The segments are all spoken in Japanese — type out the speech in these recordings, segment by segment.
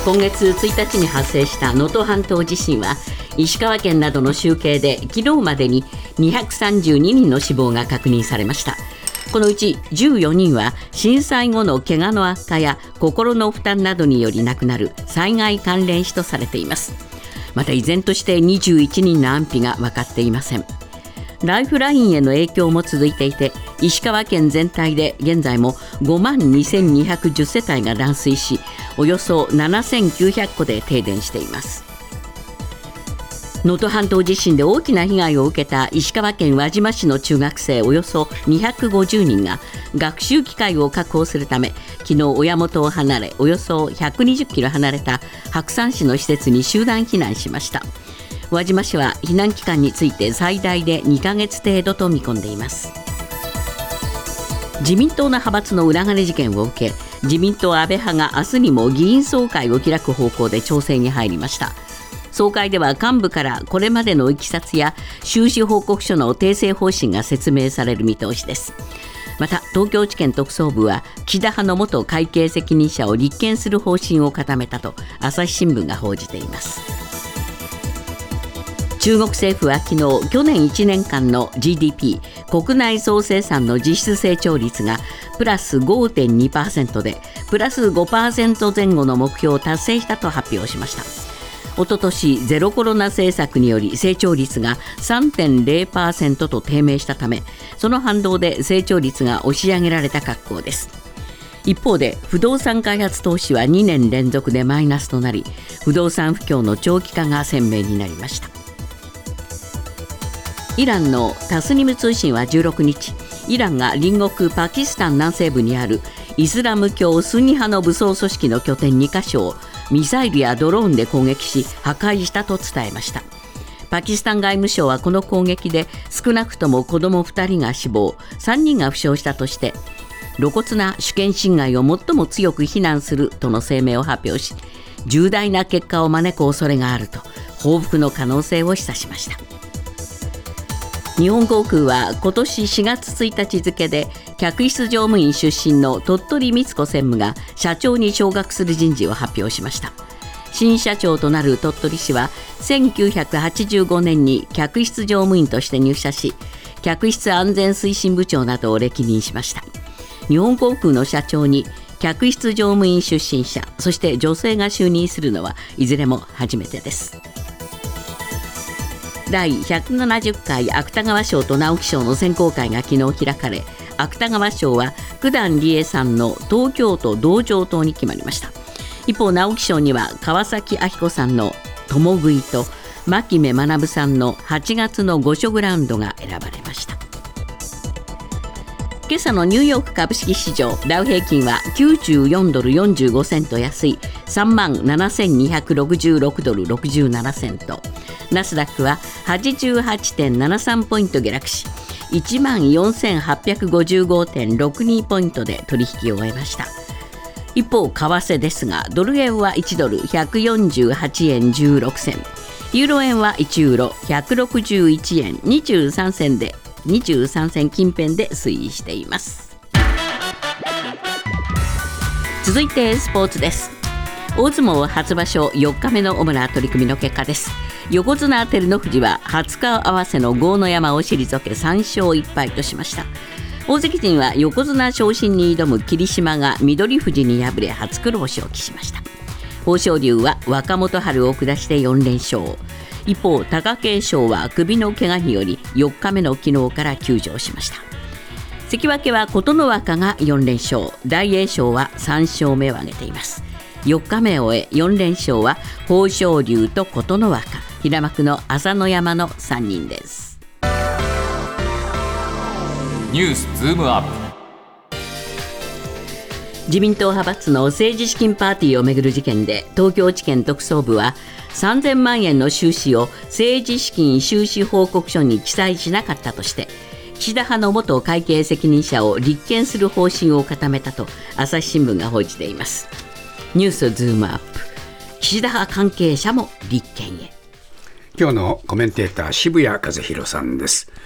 今月1日に発生した能登半島地震は石川県などの集計で昨日までに232人の死亡が確認されました。このうち14人は震災後の怪我の悪化や心の負担などにより亡くなる災害関連死とされています。また依然として21人の安否が分かっていません。ライフラインへの影響も続いていて、石川県全体で現在も5万2210世帯が断水し、およそ7900戸で停電しています。能登半島地震で大きな被害を受けた石川県輪島市の中学生およそ250人が学習機会を確保するため、昨日親元を離れおよそ120キロ離れた白山市の施設に集団避難しました。輪島市は避難期間について最大で2ヶ月程度と見込んでいます。自民党の派閥の裏金事件を受け、自民党安倍派が明日にも議員総会を開く方向で調整に入りました。総会では幹部からこれまでのいきさつや収支報告書の訂正方針が説明される見通しです。また東京地検特捜部は岸田派の元会計責任者を立件する方針を固めたと朝日新聞が報じています。中国政府は昨日、去年1年間の GDP 国内総生産の実質成長率がプラス 5.2% でプラス 5% 前後の目標を達成したと発表しました。おととしゼロコロナ政策により成長率が 3.0% と低迷したため、その反動で成長率が押し上げられた格好です。一方で不動産開発投資は2年連続でマイナスとなり、不動産不況の長期化が鮮明になりました。イランのタスニム通信は16日、イランが隣国パキスタン南西部にあるイスラム教スンニ派の武装組織の拠点2カ所をミサイルやドローンで攻撃し破壊したと伝えました。パキスタン外務省はこの攻撃で少なくとも子ども2人が死亡、3人が負傷したとして露骨な主権侵害を最も強く非難するとの声明を発表し、重大な結果を招く恐れがあると報復の可能性を示唆しました。日本航空は今年4月1日付で客室乗務員出身の鳥取光子専務が社長に昇格する人事を発表しました。新社長となる鳥取市は1985年に客室乗務員として入社し、客室安全推進部長などを歴任しました。日本航空の社長に客室乗務員出身者、そして女性が就任するのはいずれも初めてです。第170回芥川賞と直木賞の選考会が昨日開かれ、芥川賞は九段理恵さんの東京都道場島に決まりました。一方、直木賞には川崎明子さんの共食いと牧目学さんの8月の御所グラウンドが選ばれました。今朝のニューヨーク株式市場、ダウ平均は94ドル45セント安い37,266ドル67セント、ナスダックは 88.73 ポイント下落し 14,855.62 ポイントで取引を終えました。一方、為替ですが、ドル円は1ドル148円16銭、ユーロ円は1ユーロ161円23銭で23銭近辺で推移しています。続いてスポーツです。大相撲初場所4日目の主な取り組みの結果です。横綱照ノ富士は20日合わせの豪ノ山を退け3勝1敗としました。大関陣は横綱昇進に挑む霧島が翠富士に敗れ初黒星を喫しました。豊昇龍は若元春を下して4連勝。一方、貴景勝は首の怪我により4日目の昨日から休場しました。関脇は琴ノ若が4連勝、大栄翔は3勝目を挙げています。4日目を終え4連勝は豊昇龍と琴ノ若、平幕の朝乃山の3人です。 ニュースズームアップ。 自民党派閥の政治資金パーティーをめぐる事件で、東京地検特捜部は3000万円の収支を政治資金収支報告書に記載しなかったとして、岸田派の元会計責任者を立件する方針を固めたと朝日新聞が報じています。ニュースズームアップ。岸田派関係者も立件へ。 今日のコメンテーター、渋谷和弘さんです。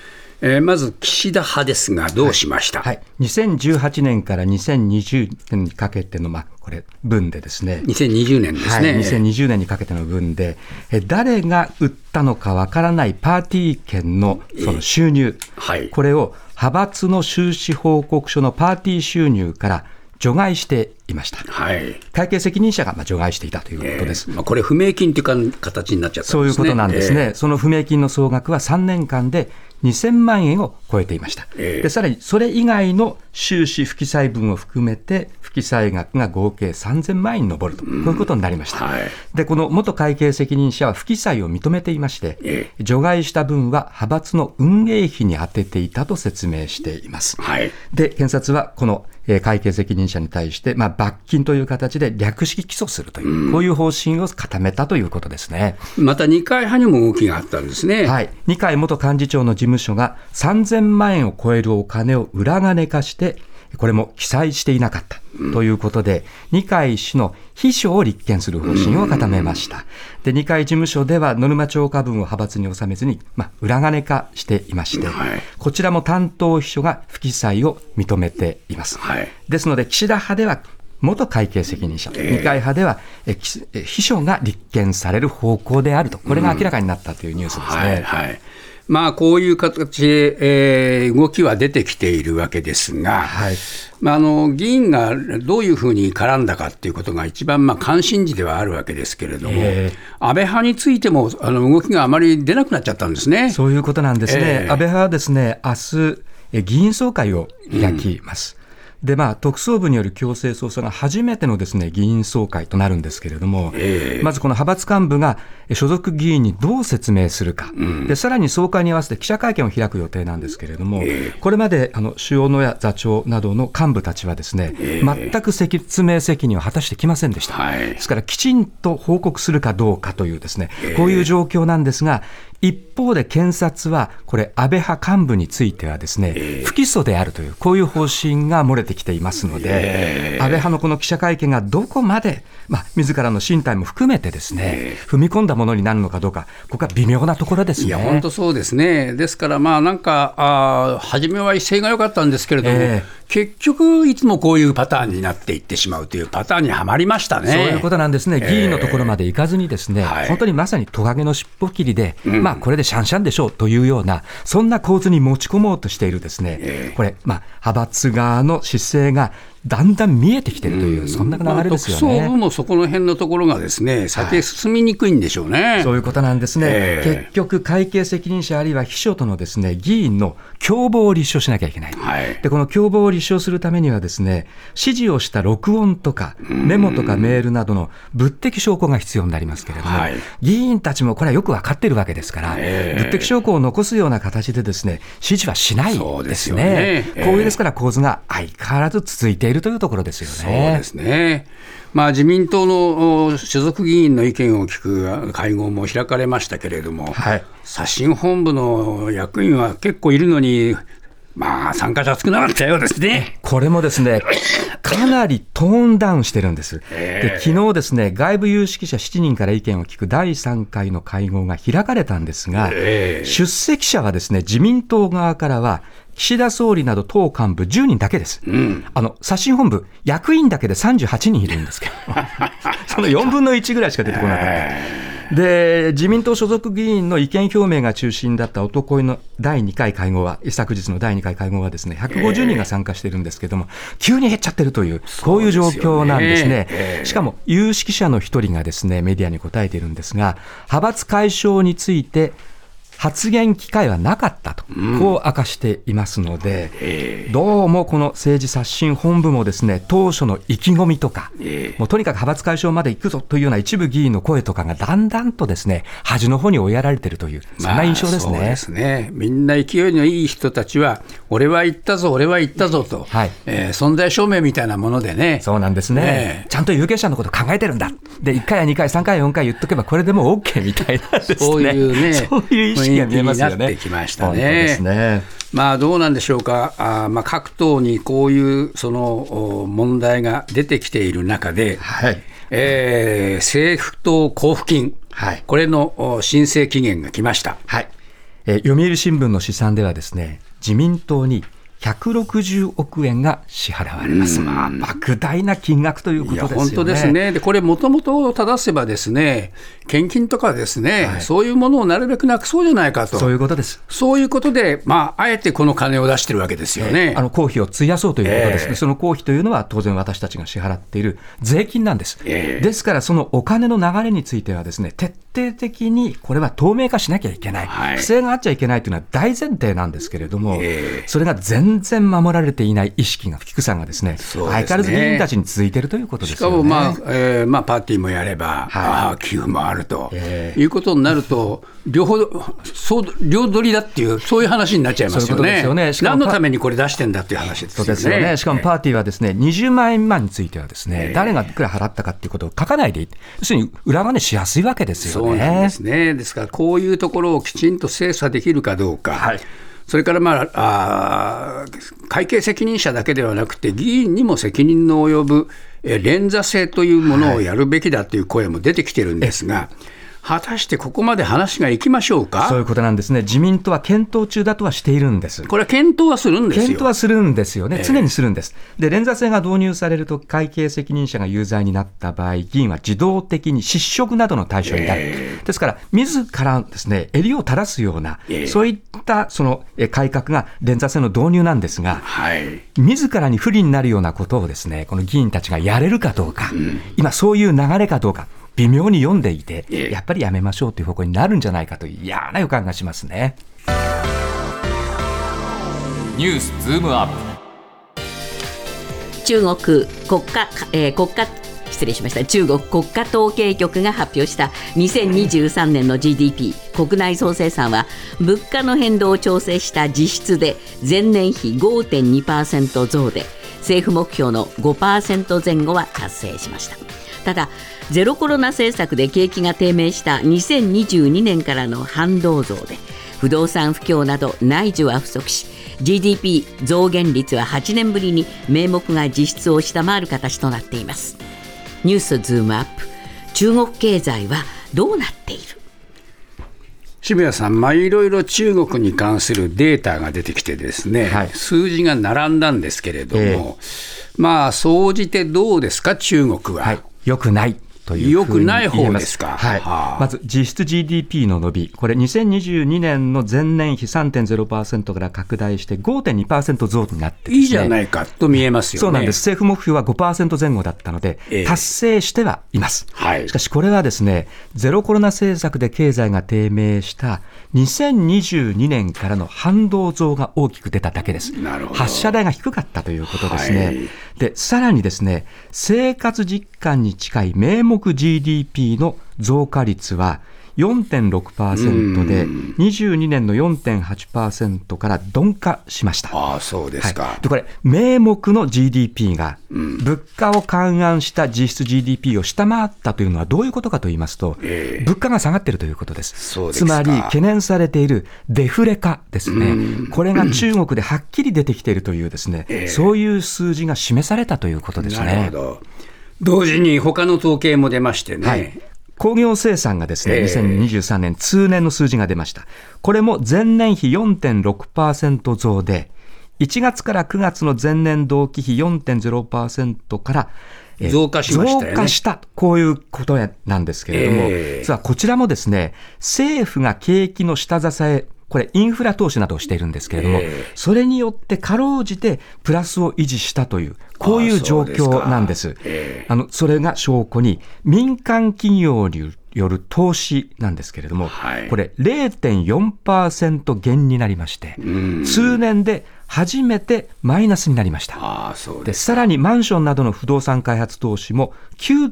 まず岸田派ですが、どうしました？ 2018年から2020年にかけての、これ、分でですね、 2020年ですね、 2020年にかけての分で、誰が売ったのかわからないパーティー券のその収入、これを派閥の収支報告書のパーティー収入から除外していました。会計責任者が除外していたということです。 これ、不明金という形になっちゃったんですね。 そういうことなんですね。その不明金の総額は3年間で2000万円を超えていました。でさらにそれ以外の収支不記載分を含めて不記載額が合計3000万円に上ると、こういうことになりました。でこの元会計責任者は不記載を認めていまして、除外した分は派閥の運営費に充てていたと説明しています。で検察はこの会計責任者に対して、罰金という形で略式起訴するという、こういう方針を固めたということですね。 また二階派にも動きがあったんですね。 二階元幹事長の事務所が3000万円を超えるお金を裏金化して、これも記載していなかったということで、二階氏の秘書を立件する方針を固めました。で二階事務所ではノルマ超過分を派閥に収めずに、裏金化していまして、こちらも担当秘書が不記載を認めています。ですので岸田派では元会計責任者、二階派では秘書が立件される方向であると、これが明らかになったというニュースですね。 こういう形で、動きは出てきているわけですが、議員がどういうふうに絡んだかということが一番関心事ではあるわけですけれども、安倍派についても動きがあまり出なくなっちゃったんですね。 そういうことなんですね。安倍派はですね、明日議員総会を開きます。で特捜部による強制捜査が初めてのですね、議員総会となるんですけれども、まずこの派閥幹部が所属議員にどう説明するか、でさらに総会に合わせて記者会見を開く予定なんですけれども、これまで塩谷座長などの幹部たちはですね、全く説明責任を果たしてきませんでした。ですからきちんと報告するかどうかというですね、こういう状況なんですが、一方で検察はこれ安倍派幹部についてはですね、不起訴であるというこういう方針が漏れてきていますので、安倍派のこの記者会見がどこまで、自らの進退も含めてですね、踏み込んだものになるのかどうか、ここは微妙なところですね。 本当そうですね。ですから初めは威勢が良かったんですけれども、結局いつもこういうパターンになっていってしまうというパターンにはまりましたね。 そういうことなんですね。議員のところまで行かずにですね、本当にまさにトカゲの尻尾切りで、これでシャンシャンでしょうというような、そんな構図に持ち込もうとしているですね、これ派閥側の姿勢がだんだん見えてきているという、そんな流れですよね。 特捜部もそこの辺のところがですね、先進みにくいんでしょうね。 そういうことなんですね。結局会計責任者あるいは秘書とのですね、議員の共謀を立証しなきゃいけない。でこの共謀を立証するためにはですね、指示をした録音とかメモとかメールなどの物的証拠が必要になりますけれども、議員たちもこれはよく分かっているわけですから、物的証拠を残すような形でですね、指示はしないですね。こういうですから構図が相変わらず続いているというところですよね。 そうですね。自民党の所属議員の意見を聞く会合も開かれましたけれども、刷新本部の役員は結構いるのに、参加者少なかったようですね。 これもですね、かなりトーンダウンしてるんです。で昨日ですね、外部有識者7人から意見を聞く第3回の会合が開かれたんですが、出席者はですね、自民党側からは岸田総理など党幹部10人だけです。刷新本部役員だけで38人いるんですけどその4分の1ぐらいしか出てこなかった。で自民党所属議員の意見表明が中心だったおとといの第2回会合は、一昨日の第2回会合はですね、150人が参加しているんですけども、急に減っちゃってるという、こういう状況なんですね。しかも有識者の一人がですね、メディアに答えているんですが、派閥解消について発言機会はなかったと、こう明かしていますので、どうもこの政治刷新本部もですね、当初の意気込みとか、もうとにかく派閥解消まで行くぞというような一部議員の声とかがだんだんとですね、端の方に追いやられているという、そんな印象ですね。 そうですね。みんな勢いのいい人たちは、俺は言ったぞ俺は言ったぞと、存在証明みたいなものでね。 そうなんですね。ちゃんと有権者のことを考えてるんだ。で1回や2回3回4回言っとけばこれでもう OK みたいなですね。 そういうね、 そういう意識が見えますよね。 なってきましたね。どうなんでしょうか。各党にこういうその問題が出てきている中で、政府党交付金、これの申請期限が来ました。 読売新聞の試算ではですね、自民党に160億円が支払われます。莫大な金額ということですよね。 本当ですね。でこれもともと正せばですね、献金とかですね、そういうものをなるべくなくそうじゃないかと、 そういうことです。 そういうことで、あえてこの金を出してるわけですよね。 公費を費やそうということです。その公費というのは当然私たちが支払っている税金なんです。ですからそのお金の流れについてはですね、徹底的にこれは透明化しなきゃいけない、不正があっちゃいけないというのは大前提なんですけれども、それが全然守られていない意識の低さがですね、相変わらず議員たちに続いているということですよね。 しかも、パーティーもやれば、寄付もあると、いうことになると、両取りだっていう、そういう話になっちゃいますよね。何のためにこれ出してんだっていう話ですよね。 そうですよね。しかもパーティーはですね、20万円未満についてはですね、誰がいくら払ったかっていうことを書かないでいい、要するに裏金しやすいわけですよね。 そうなんですね。ですからこういうところをきちんと精査できるかどうか、それから会計責任者だけではなくて議員にも責任の及ぶ連座制というものをやるべきだという声も出てきてるんですが、果たしてここまで話がいきましょうか。 そういうことなんですね。自民党は検討中だとはしているんです。 これは検討はするんですよ。 検討はするんですよね。常にするんです。で、連座制が導入されると会計責任者が有罪になった場合、議員は自動的に失職などの対象になる。ですから自らですね、襟を垂らすような、そういったその改革が連座制の導入なんですが、自らに不利になるようなことをですね、この議員たちがやれるかどうか、今そういう流れかどうか、微妙に読んでいて、やっぱりやめましょうという方向になるんじゃないかという嫌な予感がしますね。 ニュースズームアップ。 中国国家統計局が発表した2023年の GDP 国内総生産は、物価の変動を調整した実質で前年比 5.2% 増で、政府目標の 5% 前後は達成しました。ただゼロコロナ政策で景気が低迷した2022年からの反動増で、不動産不況など内需は不足し、 GDP 増減率は8年ぶりに名目が実質を下回る形となっています。ニュースズームアップ。中国経済はどうなっている。 渋谷さん、いろいろ中国に関するデータが出てきてですね、数字が並んだんですけれども、総じてどうですか、中国は。 良くないという良くない方ですか。 まず実質 GDP の伸び、これ2022年の前年比 3.0% から拡大して 5.2% 増になってですね、 いいじゃないかと見えますよね。 そうなんです。政府目標は 5% 前後だったので、達成してはいます。しかしこれはですね、ゼロコロナ政策で経済が低迷した2022年からの反動増が大きく出ただけです。発射台が低かったということですね。でさらにですね、生活実感に近い名目GDP の増加率は 4.6% で22年の 4.8% から鈍化しました。 そうですか。 でこれ名目の GDP が物価を勘案した実質 GDP を下回ったというのはどういうことかと言いますと、物価が下がっているということです。つまり懸念されているデフレ化ですね、これが中国ではっきり出てきているというですね、そういう数字が示されたということですね。 なるほど。同時に他の統計も出ましてね、 工業生産がですね、2023年通年の数字が出ました。これも前年比 4.6% 増で、1月から9月の前年同期比 4.0% から増加しましたよね。 増加した、こういうことなんですけれども、実はこちらもですね、政府が景気の下支え、これインフラ投資などをしているんですけれども、それによってかろうじてプラスを維持したという、こういう状況なんです。それが証拠に民間企業による投資なんですけれども、これ 0.4% 減になりまして、通年で初めてマイナスになりました。でさらにマンションなどの不動産開発投資も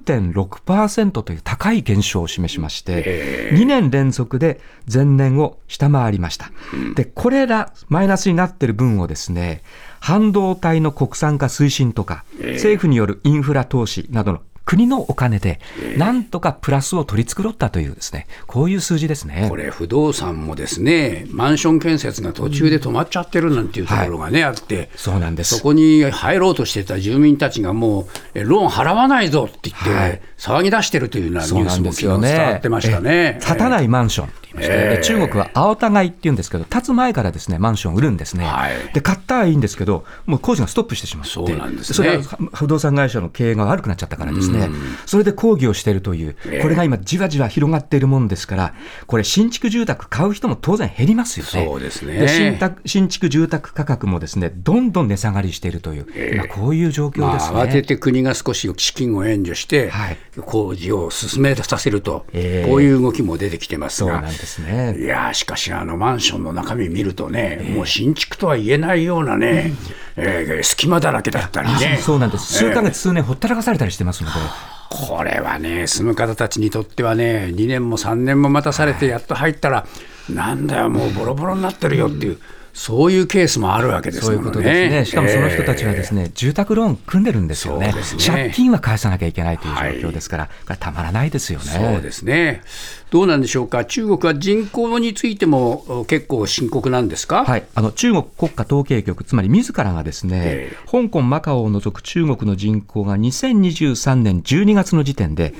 9.6% という高い減少を示しまして、2年連続で前年を下回りました。でこれらマイナスになっている分をですね、半導体の国産化推進とか、政府によるインフラ投資などの国のお金でなんとかプラスを取り繕ったというですね、こういう数字ですね。 これ不動産もですね、マンション建設が途中で止まっちゃってるなんていうところがね、あって、 そうなんです。 そこに入ろうとしてた住民たちがもうローン払わないぞって言って、騒ぎ出してるというようなニュースも昨日伝わってましたね。 建たないマンションいまして、で中国は青田買いっていうんですけど、建つ前からですねマンションを売るんですね、で買ったらいいんですけど、もう工事がストップしてしまって、 そうなんですね、 それは不動産会社の経営が悪くなっちゃったからですね、それで抗議をしているという、これが今じわじわ広がっているもんですから、これ新築住宅買う人も当然減りますよね。 そうですね。 で新築住宅価格もですねどんどん値下がりしているという、こういう状況ですね。 慌てて国が少し資金を援助して、工事を進めさせると、こういう動きも出てきてますが、 そうなんですね。 いやしかしマンションの中身見るとね、もう新築とは言えないようなね、隙間だらけだったりね。 そうなんです。数ヶ月、数年ほったらかされたりしてますので、 これはね、住む方たちにとってはね、2年も3年も待たされてやっと入ったら、なんだよもうボロボロになってるよっていう、そういうケースもあるわけですもんね。 そういうことですね。しかもその人たちはですね、住宅ローン組んでるんですよね。借金は返さなきゃいけないという状況ですから、これたまらないですよね。 そうですね。どうなんでしょうか、中国は人口についても結構深刻なんですか。 中国国家統計局、つまり自らがですね、香港、マカオを除く中国の人口が2023年12月の時点で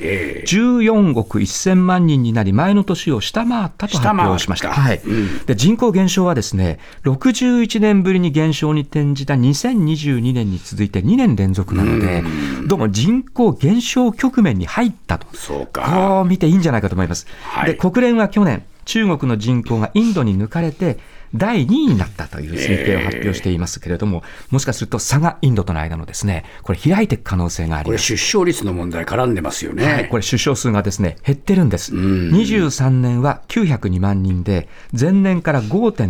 14億1000万人になり、前の年を下回ったと発表しました。で人口減少はですね、61年ぶりに減少に転じた2022年に続いて2年連続なので、どうも人口減少局面に入ったと、こう見ていいんじゃないかと思います。で国連は去年、中国の人口がインドに抜かれて第2位になったという推計を発表していますけれども、もしかすると差がインドとの間のですね、これ開いていく可能性があります。 これ出生率の問題絡んでますよね。 これ出生数がですね減ってるんです。23年は902万人で前年から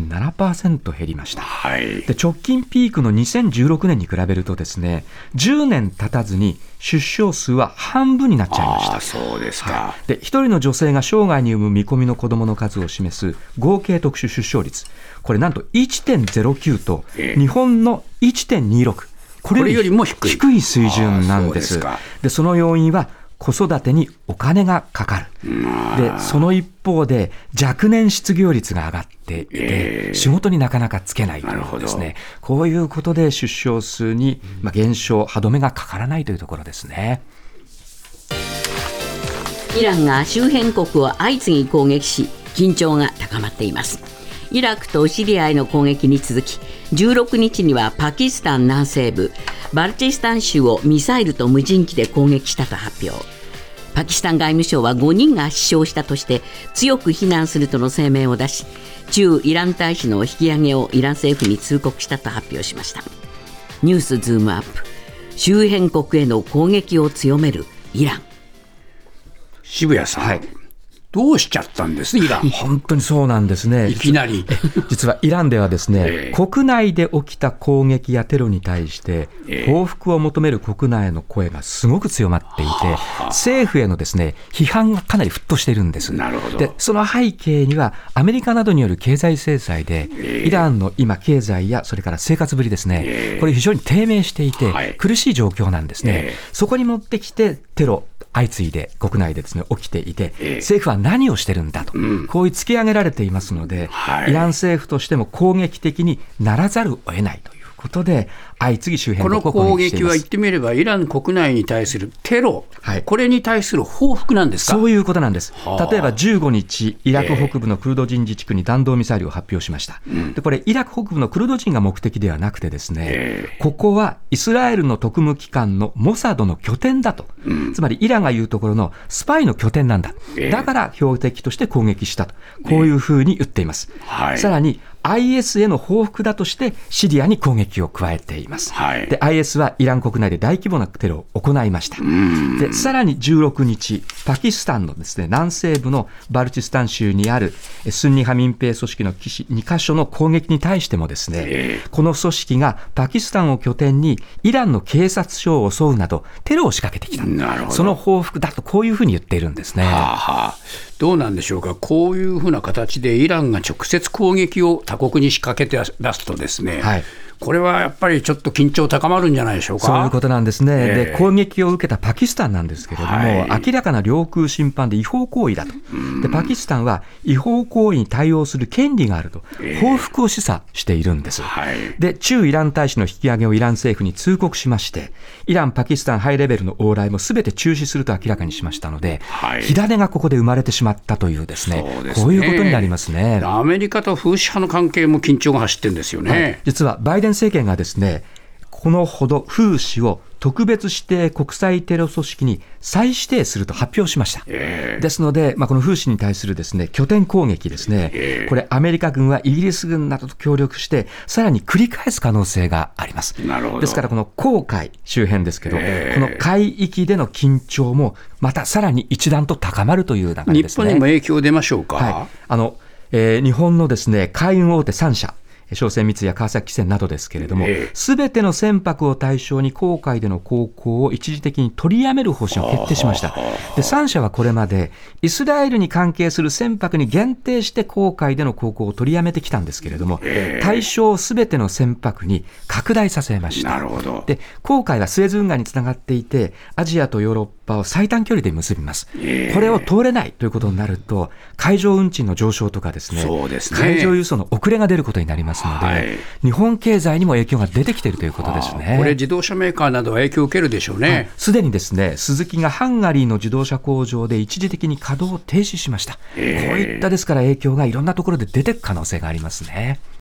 5.7% 減りました。で直近ピークの2016年に比べるとですね、10年経たずに出生数は半分になっちゃいました。 そうですか。 で1人の女性が生涯に産む見込みの子どもの数を示す合計特殊出生率、これなんと 1.09 と日本の 1.26、これよりも低い水準なんです。でその要因は子育てにお金がかかる。でその一方で若年失業率が上がっていて、仕事になかなかつけないというですね、こういうことで出生数に減少、歯止めがかからないというところですね。 イランが周辺国を相次ぎ攻撃し、緊張が高まっています。イラクとシリアへの攻撃に続き、16日にはパキスタン南西部バルチスタン州をミサイルと無人機で攻撃したと発表。パキスタン外務省は5人が死傷したとして強く非難するとの声明を出し、駐イラン大使の引き上げをイラン政府に通告したと発表しました。ニュースズームアップ、周辺国への攻撃を強めるイラン。 渋谷さん、どうしちゃったんですイラン。 本当にそうなんですね。 いきなり実はイランではですね、国内で起きた攻撃やテロに対して報復を求める国内の声がすごく強まっていて、政府へのですね批判がかなり沸騰しているんです。でその背景にはアメリカなどによる経済制裁で、イランの今経済やそれから生活ぶりですね、これ非常に低迷していて苦しい状況なんですね。そこに持ってきてテロ相次いで国内でですね起きていて、政府は何をしてるんだと、こういう突き上げられていますので、イラン政府としても攻撃的にならざるを得ないということで、相次ぎ周辺国を攻撃しています。 この攻撃は言ってみればイラン国内に対するテロ、これに対する報復なんですか。 そういうことなんです。例えば15日、イラク北部のクルド人自治区に弾道ミサイルを発表しました。でこれイラク北部のクルド人が目的ではなくてですね、ここはイスラエルの特務機関のモサドの拠点だと、つまりイランが言うところのスパイの拠点なんだ、だから標的として攻撃したと、こういうふうに言っています。さらにIS への報復だとしてシリアに攻撃を加えています。で IS はイラン国内で大規模なテロを行いました。でさらに16日、パキスタンのですね南西部のバルチスタン州にあるスンニ派民兵組織の2カ所の攻撃に対してもですね、この組織がパキスタンを拠点にイランの警察署を襲うなどテロを仕掛けてきた。その報復だとこういうふうに言っているんですね。 どうなんでしょうか。こういうふうな形でイランが直接攻撃を他国に仕掛けて出すとですね、 これはやっぱりちょっと緊張高まるんじゃないでしょうか。 そういうことなんですね。で、攻撃を受けたパキスタンなんですけれども、明らかな領空侵犯で違法行為だと。で、パキスタンは違法行為に対応する権利があると、報復を示唆しているんです。で、駐イラン大使の引き上げをイラン政府に通告しまして、イラン、パキスタンハイレベルの往来もすべて中止すると明らかにしましたので、火種がここで生まれてしまったというですね、こういうことになりますね。 アメリカと風刺派の関係も緊張が走ってるんですよね。 実はバイデン政権がですね、このほど風刺を特別指定国際テロ組織に再指定すると発表しました。ですので、この風刺に対するですね、拠点攻撃ですね、これアメリカ軍はイギリス軍などと協力してさらに繰り返す可能性があります。ですからこの黄海周辺ですけど、この海域での緊張もまたさらに一段と高まるという流れですね。 日本にも影響出ましょうか。 日本のですね、海運大手3社、商船三井や川崎汽船などですけれども、すべての船舶を対象に黄海での航行を一時的に取りやめる方針を決定しました。で、3社はこれまでイスラエルに関係する船舶に限定して黄海での航行を取りやめてきたんですけれども、対象をすべての船舶に拡大させました。で、黄海はスエズ運河につながっていて、アジアとヨーロッパを最短距離で結びます。これを通れないということになると、海上運賃の上昇とかですね、海上輸送の遅れが出ることになりますので、日本経済にも影響が出てきているということですね。 これ自動車メーカーなどは影響を受けるでしょうね。 すでにですね、スズキがハンガリーの自動車工場で一時的に稼働を停止しました。こういったですから影響がいろんなところで出てく可能性がありますね。